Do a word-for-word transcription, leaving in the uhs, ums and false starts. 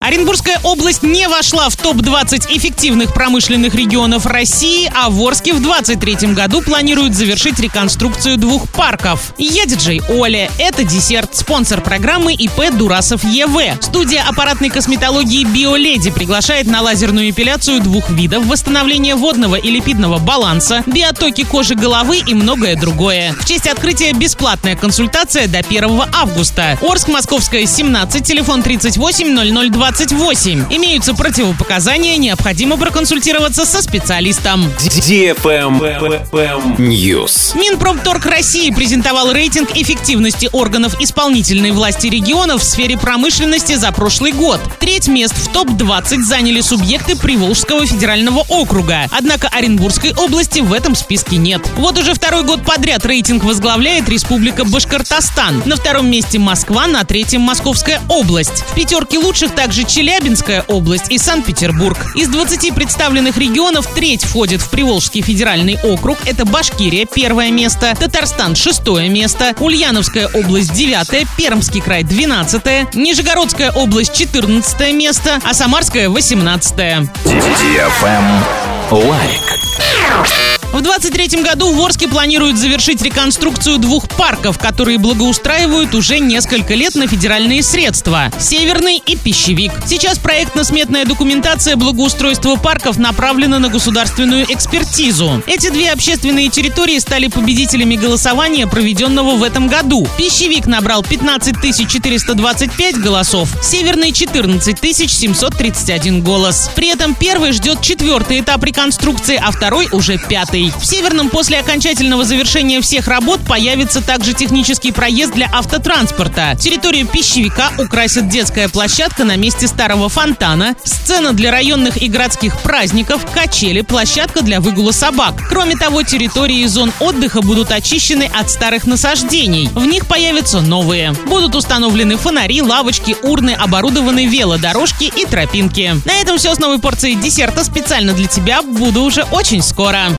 Оренбургская область не вошла в топ двадцать эффективных промышленных регионов России, а в Орске в двадцать третьем году планируют завершить реконструкцию двух парков. Я диджей Оля. Это десерт. Спонсор программы ИП Дурасов ЕВ. Студия аппаратной косметологии Биоледи приглашает на лазерную эпиляцию двух видов, восстановление водного и липидного баланса, биотоки кожи головы и многое другое. В честь открытия бесплатная консультация до первого августа. Орск, Московская, семнадцать, телефон тридцать восемь ноль ноль двадцать восемь. Имеются противопоказания, необходимо проконсультироваться со специалистом. News. Минпромторг России презентовал рейтинг эффективности органов исполнительной власти регионов в сфере промышленности за прошлый год. Треть мест в топ двадцать заняли субъекты Приволжского федерального округа. Однако Оренбургской области в этом списке нет. Вот уже второй год подряд рейтинг возглавляет Республика Башкортостан. На втором месте Москва, на третьем Московская область. В пятерке лучших также Челябинская область и Санкт-Петербург. Из двадцати представленных регионов треть входит в Приволжский федеральный округ. Это Башкирия, первое место, Татарстан, шестое место, Ульяновская область, девятое, Пермский край, двенадцатое, Нижегородская область, четырнадцатое место, а Самарская, восемнадцатое. Лайк. В двадцать третьем году в Орске планируют завершить реконструкцию двух парков, которые благоустраивают уже несколько лет на федеральные средства – Северный и Пищевик. Сейчас проектно-сметная документация благоустройства парков направлена на государственную экспертизу. Эти две общественные территории стали победителями голосования, проведенного в этом году. Пищевик набрал пятнадцать тысяч четыреста двадцать пять голосов, Северный – четырнадцать тысяч семьсот тридцать один голос. При этом первый ждет четвертый этап реконструкции, а второй уже пятый. В Северном после окончательного завершения всех работ появится также технический проезд для автотранспорта. Территорию Пищевика украсит детская площадка на месте старого фонтана, сцена для районных и городских праздников, качели, площадка для выгула собак. Кроме того, территории зон отдыха будут очищены от старых насаждений. В них появятся новые. Будут установлены фонари, лавочки, урны, оборудованы велодорожки и тропинки. На этом все с новой порцией десерта специально для тебя. Буду уже очень скоро.